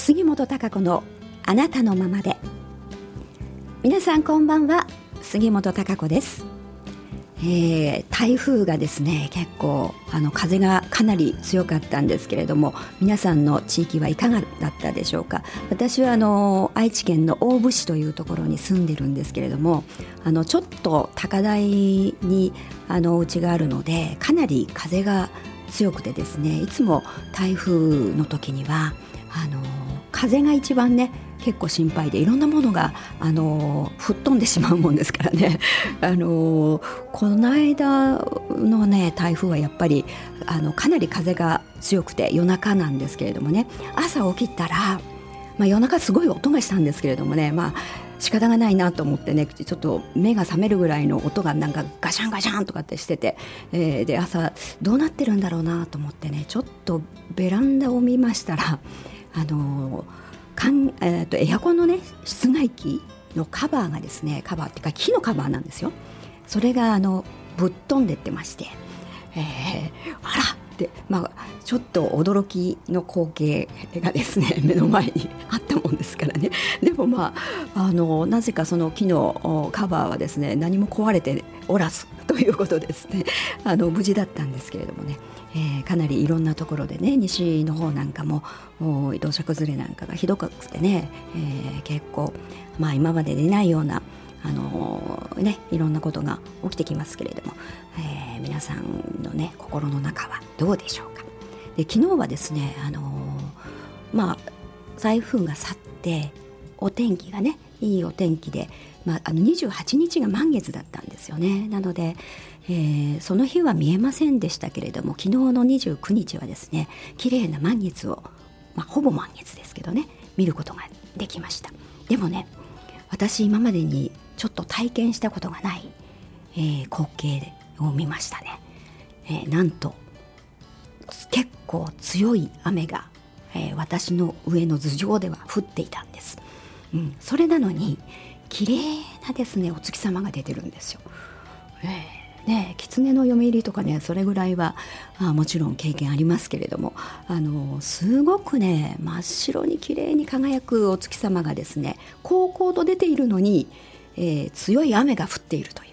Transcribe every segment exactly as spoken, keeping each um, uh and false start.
杉本孝子のあなたのままで。皆さんこんばんは、杉本孝子です。えー、台風がですね結構あの風がかなり強かったんですけれども、皆さんの地域はいかがだったでしょうか。私はあの愛知県の大府市というところに住んでるんですけれども、あのちょっと高台にあの家があるのでかなり風が強くてですね、いつも台風の時にはあの風が一番ね結構心配で、いろんなものがあの吹っ飛んでしまうもんですからねあのこの間のね台風はやっぱりあのかなり風が強くて、夜中なんですけれどもね、朝起きたら、まあ、夜中すごい音がしたんですけれどもね、まあ仕方がないなと思ってね、ちょっと目が覚めるぐらいの音がなんかガシャンガシャンとかってしてて、えー、で朝どうなってるんだろうなと思ってね、ちょっとベランダを見ましたら、あのかん、えー、とエアコンのね室外機のカバーがですね、カバーっていうか木のカバーなんですよ。それがあのぶっ飛んでってまして、えー、あらって、まあ、ちょっと驚きの光景がですね目の前にあったもんですからね。でもまあ、あのなぜかその木のカバーはですね何も壊れておらずということですね、あの無事だったんですけれどもね、えー、かなりいろんなところでね、西の方なんかも土砂崩れなんかがひどくてね、えー、結構、まあ、今までにないようなあのーね、いろんなことが起きてきますけれども、えー、皆さんのね心の中はどうでしょうか。で昨日はですね、あのー、まあ台風が去ってお天気がねいいお天気で、まあ、あのにじゅうはちにちが満月だったんですよね。なので、えー、その日は見えませんでしたけれども、昨日のにじゅうくにちはですね綺麗な満月を、まあ、ほぼ満月ですけどね見ることができました。でもね、私今までにちょっと体験したことがない、えー、光景を見ましたね。えー、なんと結構強い雨が、えー、私の上の頭上では降っていたんです。うん、それなのに綺麗なですねお月様が出てるんですよ。えー、ね、狐の嫁入りとかね、それぐらいはあもちろん経験ありますけれども、あのすごくね真っ白に綺麗に輝くお月様がですねこうこうと出ているのに、えー、強い雨が降っているという、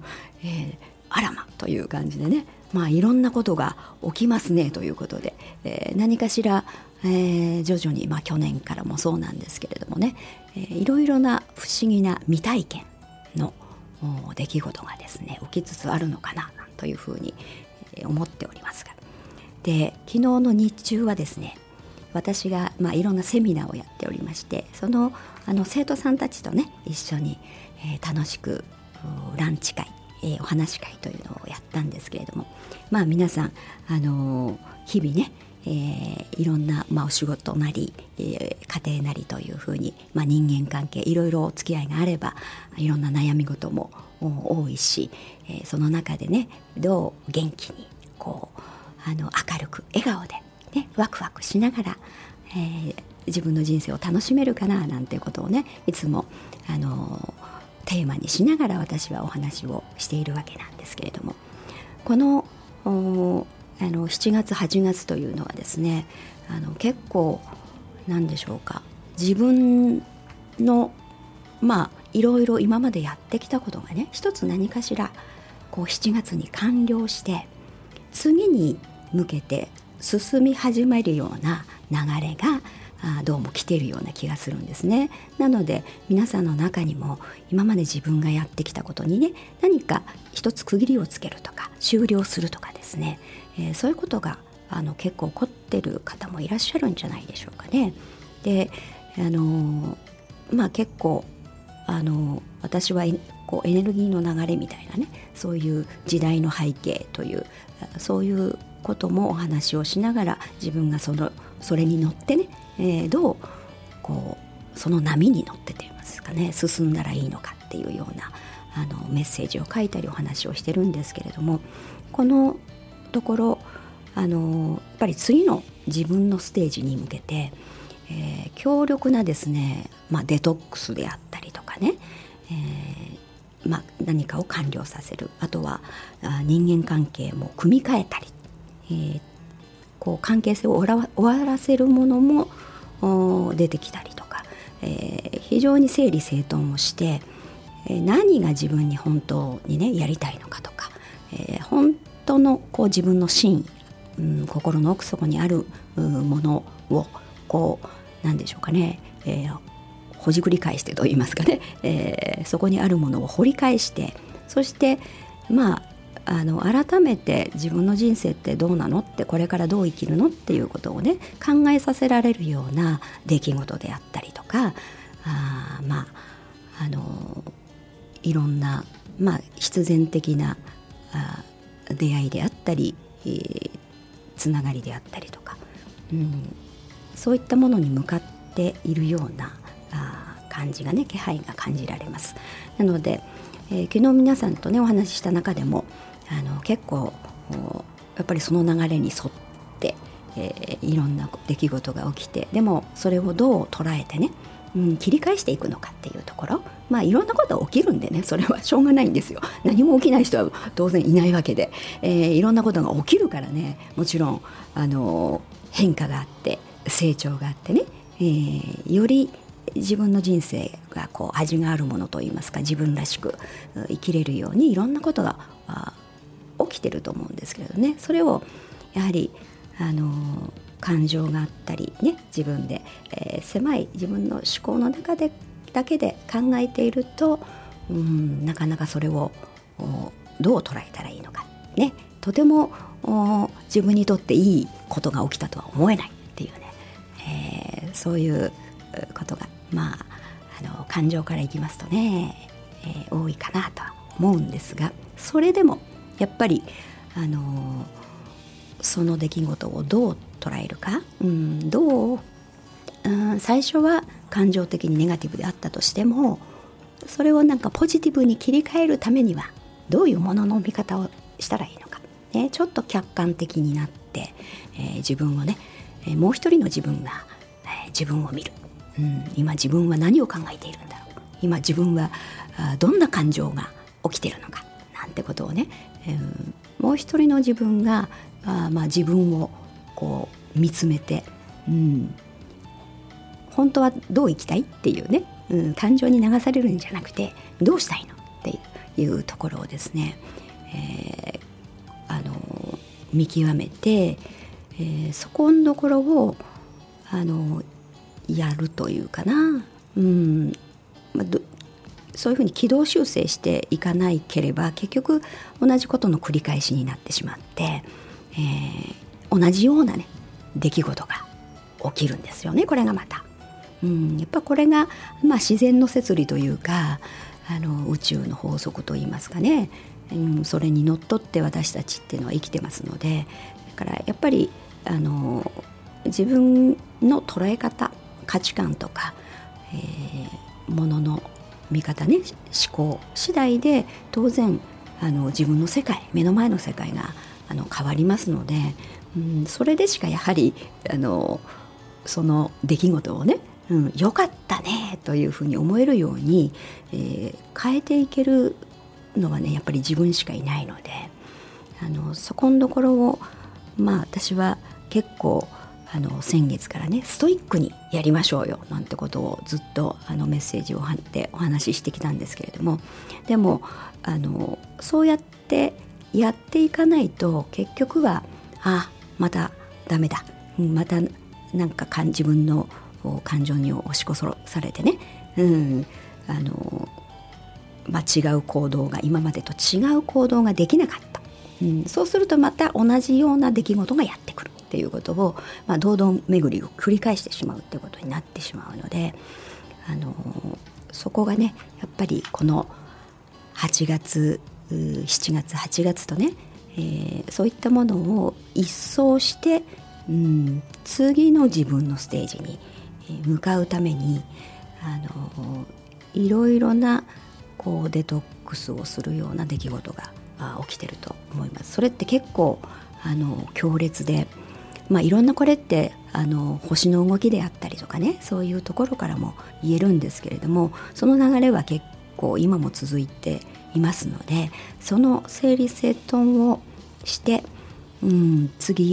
えー、あらまという感じでね、まあいろんなことが起きますねということで、えー、何かしら、えー、徐々に、まあ、去年からもそうなんですけれどもね、えー、いろいろな不思議な未体験の出来事がですね起きつつあるのかなというふうに思っておりますが、で昨日の日中はですね私が、まあ、いろんなセミナーをやっておりまして、その、あの生徒さんたちとね一緒に、えー、楽しくランチ会、えー、お話し会というのをやったんですけれども、まあ皆さん、あのー、日々ね、えー、いろんな、まあ、お仕事なり、えー、家庭なりというふうに、まあ、人間関係いろいろお付き合いがあればいろんな悩み事も多いし、えー、その中でねどう元気にこうあの明るく笑顔で、ね、ワクワクしながら、えー、自分の人生を楽しめるかななんていうことをねいつもあのテーマにしながら私はお話をしているわけなんですけれども、このあのしちがつはちがつというのはですね、あの結構なんでしょうか、自分のまあいろいろ今までやってきたことがね一つ何かしらこうしちがつに完了して次に向けて進み始めるような流れがあどうも来ているような気がするんですね。なので皆さんの中にも今まで自分がやってきたことにね何か一つ区切りをつけるとか終了するとかですね、えー、そういうことがあの結構起こっている方もいらっしゃるんじゃないでしょうかね。で、あのー、まあ結構あの私はこうエネルギーの流れみたいなね、そういう時代の背景というそういうこともお話をしながら自分がそのそれに乗ってね、えー、どうこうその波に乗ってといいますかね進んだらいいのかっていうようなあのメッセージを書いたりお話をしてるんですけれども、このところあのやっぱり次の自分のステージに向けて、えー、強力なですね、まあ、デトックスであったりとかね、えーまあ、何かを完了させる、あとはあ人間関係も組み替えたり、えー、こう関係性を終わらせるものも出てきたりとか、えー、非常に整理整頓をして、えー、何が自分に本当にねやりたいのかとか、えー、本当のこう自分の真、うん、心の奥底にあるものをこうなんでしょうかね、えー、ほじくり返してと言いますかね、えー、そこにあるものを掘り返して、そしてまああの改めて自分の人生ってどうなのって、これからどう生きるのっていうことをね考えさせられるような出来事であったりとか、あまああのいろんな、まあ、必然的なあ出会いであったり、えー、つながりであったりとか、うん、そういったものに向かっているようなあ感じがね気配が感じられます。なので、えー、昨日皆さんとねお話しした中でもあの結構やっぱりその流れに沿って、えー、いろんな出来事が起きて、でもそれをどう捉えてね、うん、切り返していくのかっていうところ、まあいろんなことが起きるんでね、それはしょうがないんですよ。何も起きない人は当然いないわけで、えー、いろんなことが起きるからね、もちろんあの変化があって成長があってね、えー、より自分の人生がこう味があるものといいますか、自分らしく生きれるようにいろんなことが起きてると思うんですけれどね、それをやはりあの感情があったりね、自分で、えー、狭い自分の思考の中でだけで考えていると、うん、なかなかそれをどう捉えたらいいのかね、とても自分にとっていいことが起きたとは思えないっていうね、えー、そういうことがまあ、あの感情からいきますとね、えー、多いかなとは思うんですが、それでもやっぱりあのその出来事をどう捉えるか、うん、どう、うん、最初は感情的にネガティブであったとしても、それをなんかポジティブに切り替えるためにはどういうものの見方をしたらいいのか、ね、ちょっと客観的になって、えー、自分をね、えー、もう一人の自分が、えー、自分を見る、うん、今自分は何を考えているんだろう、今自分はあどんな感情が起きているのかなんてことをね、えー、もう一人の自分があ、まあ、自分をこう見つめて、うん、本当はどう生きたいっていうね、うん、感情に流されるんじゃなくてどうしたいのっていうところをですね、えー、あの見極めて、えー、そこのところをあのやるというかな、うんまあ、どそういうふうに軌道修正していかないければ結局同じことの繰り返しになってしまって、えー、同じようなね出来事が起きるんですよね。これがまた、うん、やっぱこれが、まあ、自然の摂理というかあの宇宙の法則といいますかね、うん、それにのっとって私たちっていうのは生きてますので、だからやっぱりあの自分の捉え方、価値観とか、えー、ものの見方ね、思考次第で当然あの自分の世界、目の前の世界があの変わりますので、うん、それでしかやはりあのその出来事をね、うん、よかったねというふうに思えるように、えー、変えていけるのはねやっぱり自分しかいないので、あのそこのところをまあ私は結構あの先月からねストイックにやりましょうよなんてことをずっとあのメッセージを貼ってお話ししてきたんですけれども、でもあのそうやってやっていかないと結局はあまたダメだ、またなんかかん自分の感情に押し殺されてね、うん、あの、まあ、違う行動が今までと違う行動ができなかった、うん、そうするとまた同じような出来事がやってくるっていうことを、まあ、堂々巡りを繰り返してしまうってことになってしまうので、あのそこがねやっぱりこのはちがつしちがつはちがつとね、えー、そういったものを一掃して、うん、次の自分のステージに向かうためにあのいろいろなこうデトックスをするような出来事が起きてると思います。それって結構あの強烈で、まあ、いろんなこれってあの星の動きであったりとかね、そういうところからも言えるんですけれども、その流れは結構今も続いていますので、その整理整頓をして、うん、次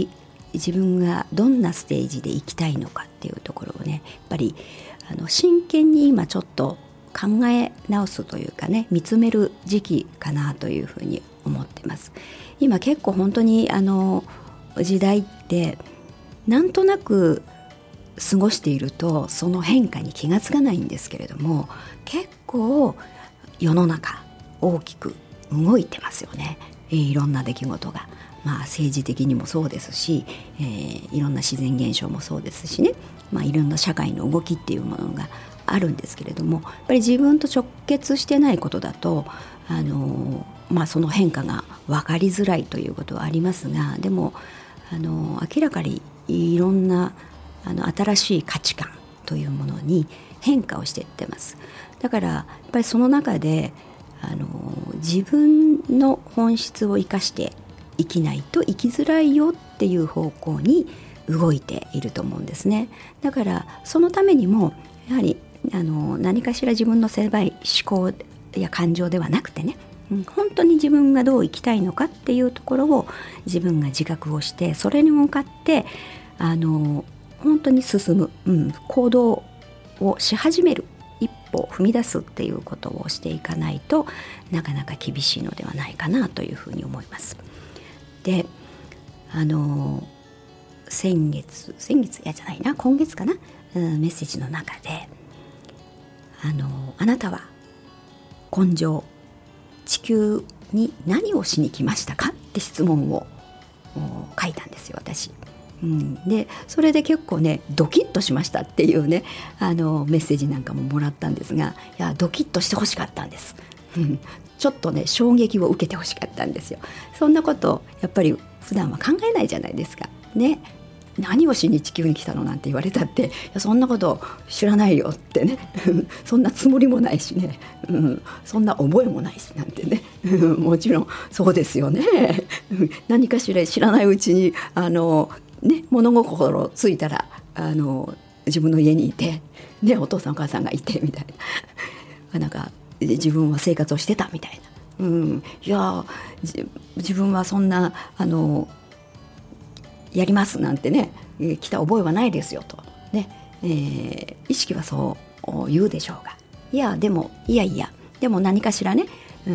自分がどんなステージで生きたいのかっていうところをね、やっぱりあの真剣に今ちょっと考え直すというかね、見つめる時期かなというふうに思ってます。今結構本当にあの時代ってなんとなく過ごしているとその変化に気がつかないんですけれども、結構世の中大きく動いてますよね。えー、いろんな出来事が、まあ、政治的にもそうですし、えー、いろんな自然現象もそうですしね、まあ、いろんな社会の動きっていうものがあるんですけれども、やっぱり自分と直結してないことだと、あのーまあ、その変化が分かりづらいということはありますが、でも、あのー明らかにいろんなあの新しい価値観というものに変化をしていってます。だからやっぱりその中であの自分の本質を生かして生きないと生きづらいよっていう方向に動いていると思うんですね。だからそのためにもやはりあの何かしら自分の狭い思考や感情ではなくてね、本当に自分がどう生きたいのかっていうところを自分が自覚をして、それに向かってあの本当に進む、うん、行動をし始める、一歩踏み出すっていうことをしていかないとなかなか厳しいのではないかなというふうに思います。で、あの先月先月いやじゃないな今月かな、うん、メッセージの中であのあなたは今生地球に何をしに来ましたかって質問を書いたんですよ、私。うん、でそれで結構ねドキッとしましたっていうね、あのメッセージなんかももらったんですが、いやドキッとしてほしかったんです、うん、ちょっとね衝撃を受けてほしかったんですよ。そんなことやっぱり普段は考えないじゃないですかね。何をしに地球に来たのなんて言われたって、いやそんなこと知らないよってねそんなつもりもないしね、うん、そんな覚えもないしなんてねもちろんそうですよね何かしら知らないうちにあのね、物心ついたらあの自分の家にいて、ね、お父さんお母さんがいてみたいな、なんか自分は生活をしてたみたいな、うん、いや自分はそんなあのやりますなんてね、えー、来た覚えはないですよと、ねえー、意識はそう言うでしょうが、いやでもいやいやでも何かしらね、うん、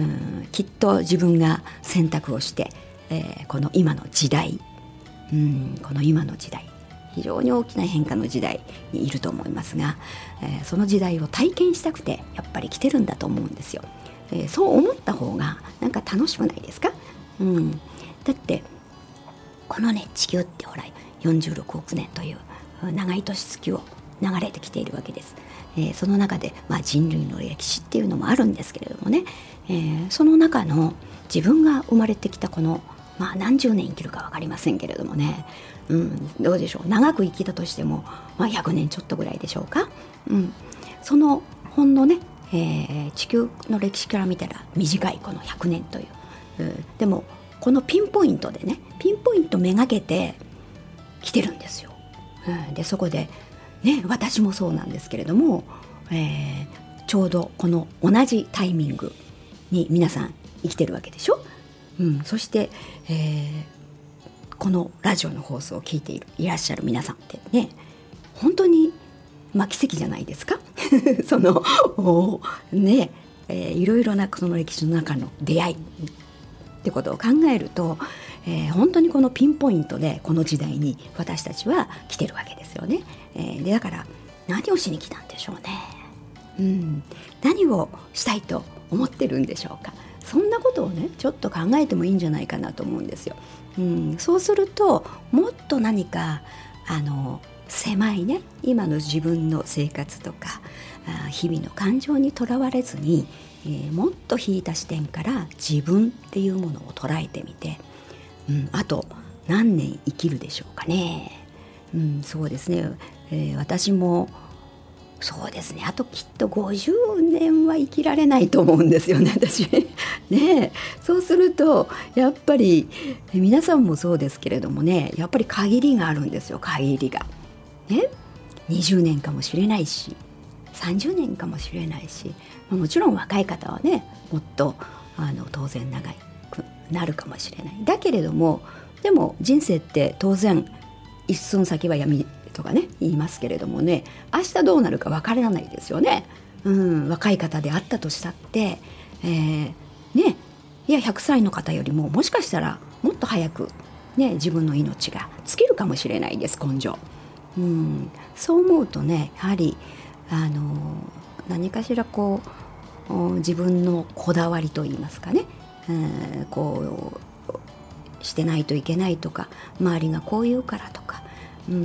きっと自分が選択をして、えー、この今の時代、うん、この今の時代非常に大きな変化の時代にいると思いますが、えー、その時代を体験したくてやっぱり来てるんだと思うんですよ、えー、そう思った方がなんか楽しくないですか、うん、だってこのね地球ってほらよんじゅうろくおくねんという長い年月を流れてきているわけです、えー、その中で、まあ、人類の歴史っていうのもあるんですけれどもね、えー、その中の自分が生まれてきたこのまあ、何十年生きるか分かりませんけれどもね、うん、どうでしょう、長く生きたとしても、まあ、ひゃくねんちょっとぐらいでしょうか、うん、そのほんのね、えー、地球の歴史から見たら短いこのひゃくねんという、うん、でもこのピンポイントでねピンポイントめがけて来てるんですよ、うん、でそこで、ね、私もそうなんですけれども、えー、ちょうどこの同じタイミングに皆さん生きてるわけでしょ、うん、そして、えー、このラジオの放送を聞いているいらっしゃる皆さんってね本当に、まあ、奇跡じゃないですかそのね、えー、いろいろなその歴史の中の出会いってことを考えると、えー、本当にこのピンポイントでこの時代に私たちは来てるわけですよね、えー、でだから何をしに来たんでしょうね、うん、何をしたいと思ってるんでしょうか。そんなことをねちょっと考えてもいいんじゃないかなと思うんですよ、うん、そうするともっと何かあの狭いね今の自分の生活とかあ日々の感情にとらわれずに、えー、もっと引いた視点から自分っていうものを捉えてみて、うん、あと何年生きるでしょうかね、うん、そうですね、えー、私もそうですねあときっとごじゅうねんは生きられないと思うんですよね私ね。そうするとやっぱり皆さんもそうですけれどもねやっぱり限りがあるんですよ。限りがねにじゅうねんかもしれないしさんじゅうねんかもしれないし、もちろん若い方はねもっとあの当然長くなるかもしれない。だけれどもでも人生って当然一寸先は闇とかね言いますけれどもね、明日どうなるかわからないですよね。うん、若い方であったとしたって、えー、ねいやひゃくさいの方よりももしかしたらもっと早く、ね、自分の命が尽きるかもしれないです、根性。うん、そう思うとね、やはりあの何かしらこう自分のこだわりといいますかね、うん、こうしてないといけないとか、周りがこう言うからとか、うん、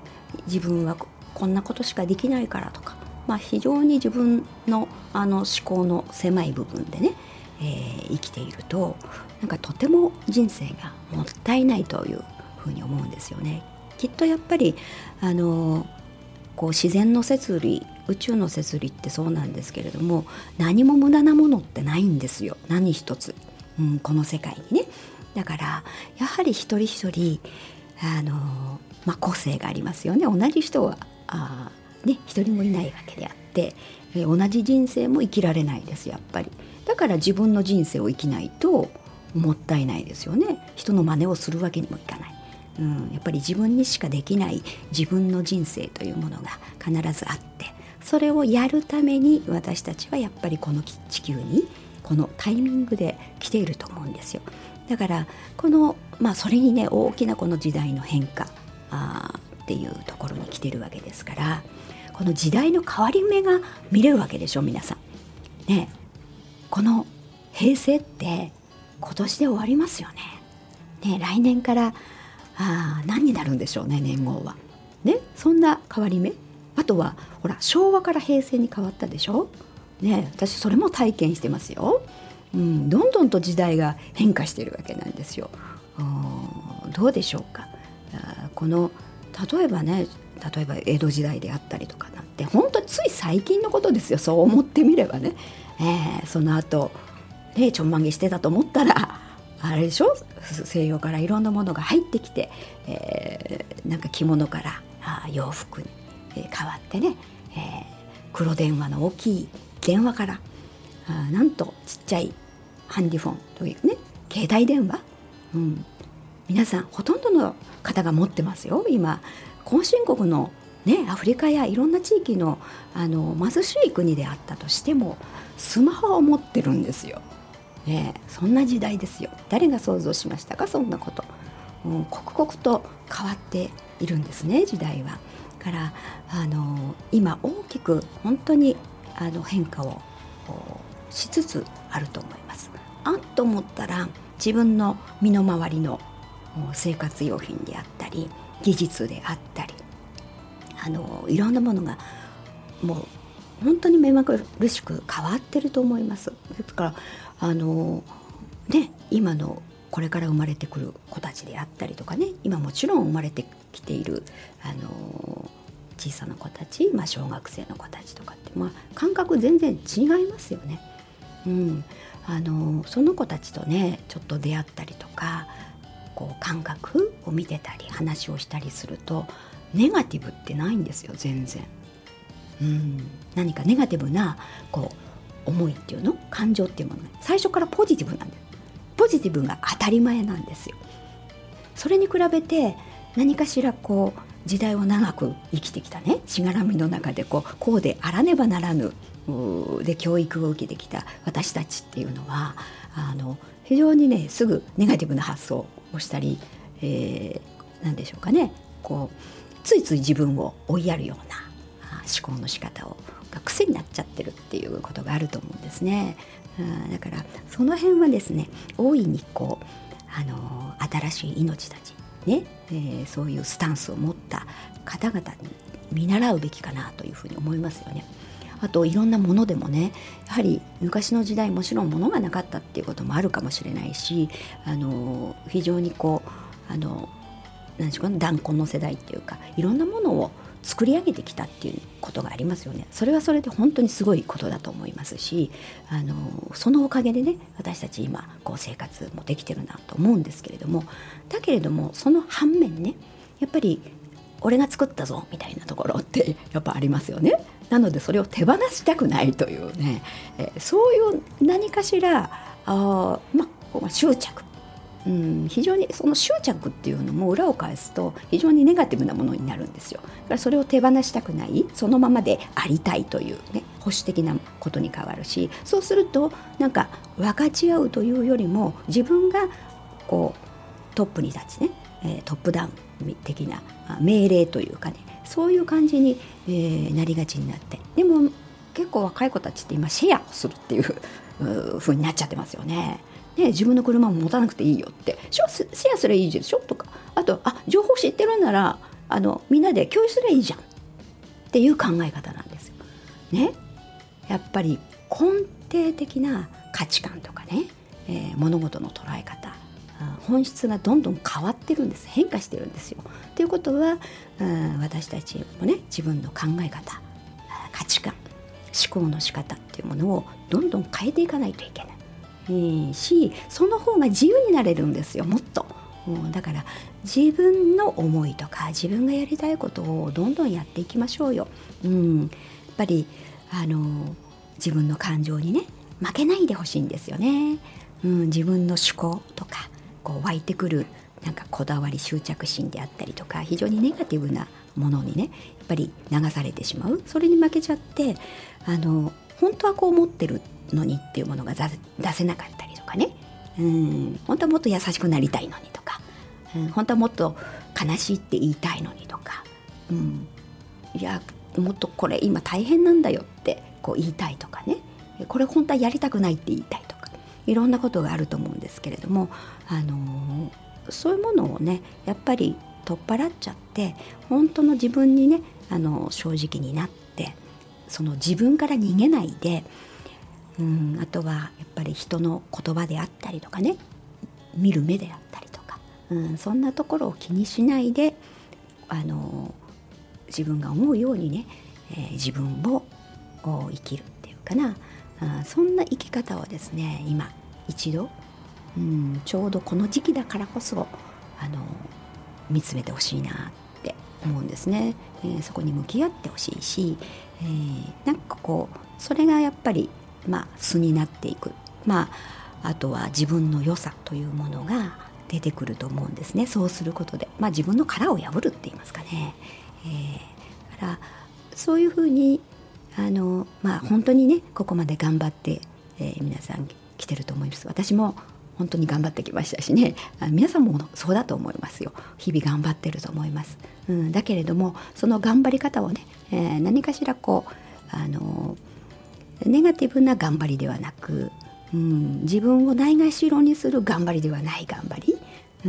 自分はこんなことしかできないからとか、まあ、非常に自分の、あの思考の狭い部分でね、えー、生きているとなんかとても人生がもったいないというふうに思うんですよね。きっとやっぱりあのこう自然の摂理、宇宙の摂理ってそうなんですけれども、何も無駄なものってないんですよ、何一つ、うん、この世界にね。だからやはり一人一人あの、まあ、個性がありますよね。同じ人はあ、ね、一人もいないわけであって、え同じ人生も生きられないです、やっぱり。だから自分の人生を生きないともったいないですよね。人の真似をするわけにもいかない。うん、やっぱり自分にしかできない自分の人生というものが必ずあって、それをやるために私たちはやっぱりこの地球にこのタイミングで来ていると思うんですよ。だからこの、まあ、それにね大きなこの時代の変化あっていうところに来ているわけですから、この時代の変わり目が見れるわけでしょ皆さんね。この平成って今年で終わりますよね。ね、来年からあ何になるんでしょうね、年号はね。そんな変わり目。あとはほら昭和から平成に変わったでしょね。私それも体験してますよ。うん、どんどんと時代が変化しているわけなんですよ。どうでしょうか。あこの例えばね、例えば江戸時代であったりとかなんて本当につい最近のことですよ、そう思ってみればね。えー、その後ねちょんまげしてたと思ったらあれでしょ、西洋からいろんなものが入ってきて、えー、なんか着物からあ洋服に、えー、変わってね、えー、黒電話の大きい電話からあなんとちっちゃいハンディフォンというね携帯電話、うん、皆さんほとんどの方が持ってますよ今。後進国の、ね、アフリカやいろんな地域の、あの貧しい国であったとしてもスマホを持ってるんですよ。ね、そんな時代ですよ。誰が想像しましたか、そんなこと。うん、刻々と変わっているんですね、時代は。からあの今大きく本当にあの変化をしつつあると思います。あっと思ったら自分の身の回りの生活用品であったり技術であったりあのいろんなものがもう本当に目まぐるしく変わってると思います。だからあの、ね、今のこれから生まれてくる子たちであったりとかね、今もちろん生まれてきているあの小さな子たち、まあ、小学生の子たちとかって、まあ、感覚全然違いますよね。うん、あのその子たちとねちょっと出会ったりとかこう感覚を見てたり話をしたりするとネガティブってないんですよ、全然。うん、何かネガティブなこう思いっていうの感情っていうものが最初からポジティブなんです。ポジティブが当たり前なんですよ。それに比べて何かしらこう時代を長く生きてきたねしがらみの中でこう、こうであらねばならぬで教育を受けてきた私たちっていうのはあの非常にねすぐネガティブな発想をしたり、えー、何でしょうかね、こうついつい自分を追いやるような思考の仕方をが癖になっちゃってるっていうことがあると思うんですね。うん、だからその辺はですね大いにこうあの新しい命たちね、えー、そういうスタンスを持った方々に見習うべきかなというふうに思いますよね。あといろんなものでもねやはり昔の時代もちろん物がなかったっていうこともあるかもしれないし、あの非常にこうあの何でしょうかね、断根の世代っていうかいろんなものを作り上げてきたっていうことがありますよね。それはそれで本当にすごいことだと思いますし、あのそのおかげでね私たち今こう生活もできてるなと思うんですけれども、だけれどもその反面ねやっぱり俺が作ったぞみたいなところってやっぱありますよね。なのでそれを手放したくないというね、えー、そういう何かしらあ、まあ、執着うん、非常にその執着っていうのも裏を返すと非常にネガティブなものになるんですよ。だからそれを手放したくない、そのままでありたいというね、保守的なことに変わるし、そうするとなんか分かち合うというよりも自分がこうトップに立ちね、えー、トップダウン的な命令というかね、そういう感じに、えー、なりがちになって、でも結構若い子たちって今シェアをするっていう風になっちゃってますよね。ね、自分の車も持たなくていいよってシェアすればいいでしょとか、あとあ情報知ってるならあのみんなで共有すればいいじゃんっていう考え方なんですよ、ね、やっぱり根底的な価値観とかね、えー、物事の捉え方、本質がどんどん変わってるんです、変化してるんですよ。ということは、うん、私たちもね自分の考え方、価値観、思考の仕方っていうものをどんどん変えていかないといけないし、その方が自由になれるんですよ、もっと。だから自分の思いとか自分がやりたいことをどんどんやっていきましょうよ、うん、やっぱりあの自分の感情にね負けないでほしいんですよね、うん、自分の思考とかこう湧いてくるなんかこだわり執着心であったりとか非常にネガティブなものにねやっぱり流されてしまう、それに負けちゃってあの本当はこう思ってるのにっていうものが出せなかったりとかね、うん、本当はもっと優しくなりたいのにとか、うん、本当はもっと悲しいって言いたいのにとか、うん、いやもっとこれ今大変なんだよってこう言いたいとかね、これ本当はやりたくないって言いたいとか、いろんなことがあると思うんですけれども、あのー、そういうものをねやっぱり取っ払っちゃって本当の自分にねあの正直になって、その自分から逃げないで、うん、あとはやっぱり人の言葉であったりとかね、見る目であったりとか、うん、そんなところを気にしないであの自分が思うようにね、えー、自分を生きるっていうかな、あそんな生き方をですね今一度、うん、ちょうどこの時期だからこそあの見つめてほしいなって思うんですね、えー、そこに向き合ってほしいし、えー、なんかこうそれがやっぱりまあ、素になっていく、まあ、あとは自分の良さというものが出てくると思うんですね。そうすることで、まあ、自分の殻を破るって言いますかね、えー、だからそういうふうにあの、まあ、本当にねここまで頑張って、えー、皆さん来てると思います。私も本当に頑張ってきましたしね、皆さんもそうだと思いますよ。日々頑張ってると思います、うん、だけれどもその頑張り方をね、えー、何かしらこうあのネガティブな頑張りではなく、うん、自分をないがしろにする頑張りではない頑張り、うん、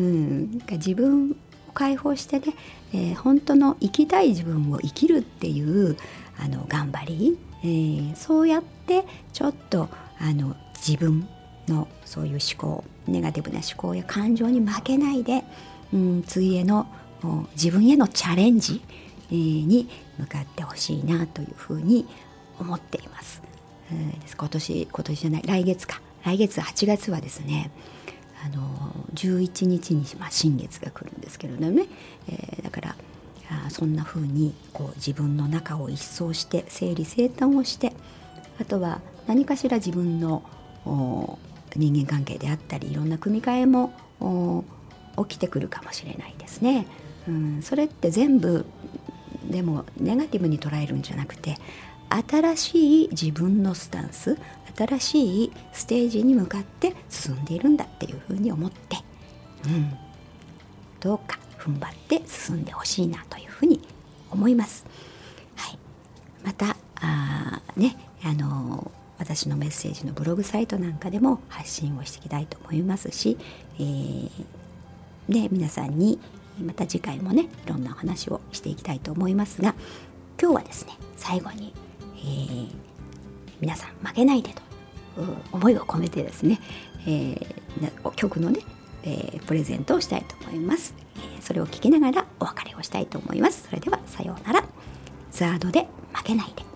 自分を解放してね、えー、本当の生きたい自分を生きるっていうあの頑張り、えー、そうやってちょっとあの自分のそういう思考、ネガティブな思考や感情に負けないで、うん、次への自分へのチャレンジ、えー、に向かってほしいなというふうに思っています。今年今年じゃない来月か来月はちがつはですねあのじゅういちにちに、まあ、新月が来るんですけれどもね、えー、だからあそんな風にこう自分の中を一掃して整理整頓をして、あとは何かしら自分の人間関係であったりいろんな組み替えも起きてくるかもしれないですね、うん、それって全部でもネガティブに捉えるんじゃなくて新しい自分のスタンス、新しいステージに向かって進んでいるんだっていうふうに思って、うん、どうか踏ん張って進んでほしいなというふうに思います。はい、またあ、ね、あの私のメッセージのブログサイトなんかでも発信をしていきたいと思いますし、えーね、皆さんにまた次回もねいろんなお話をしていきたいと思いますが、今日はですね最後にえー、皆さん負けないでと思いを込めてですね、えー、曲のね、えー、プレゼントをしたいと思います、えー、それを聞きながらお別れをしたいと思います。それではさようなら。ザードで負けないで。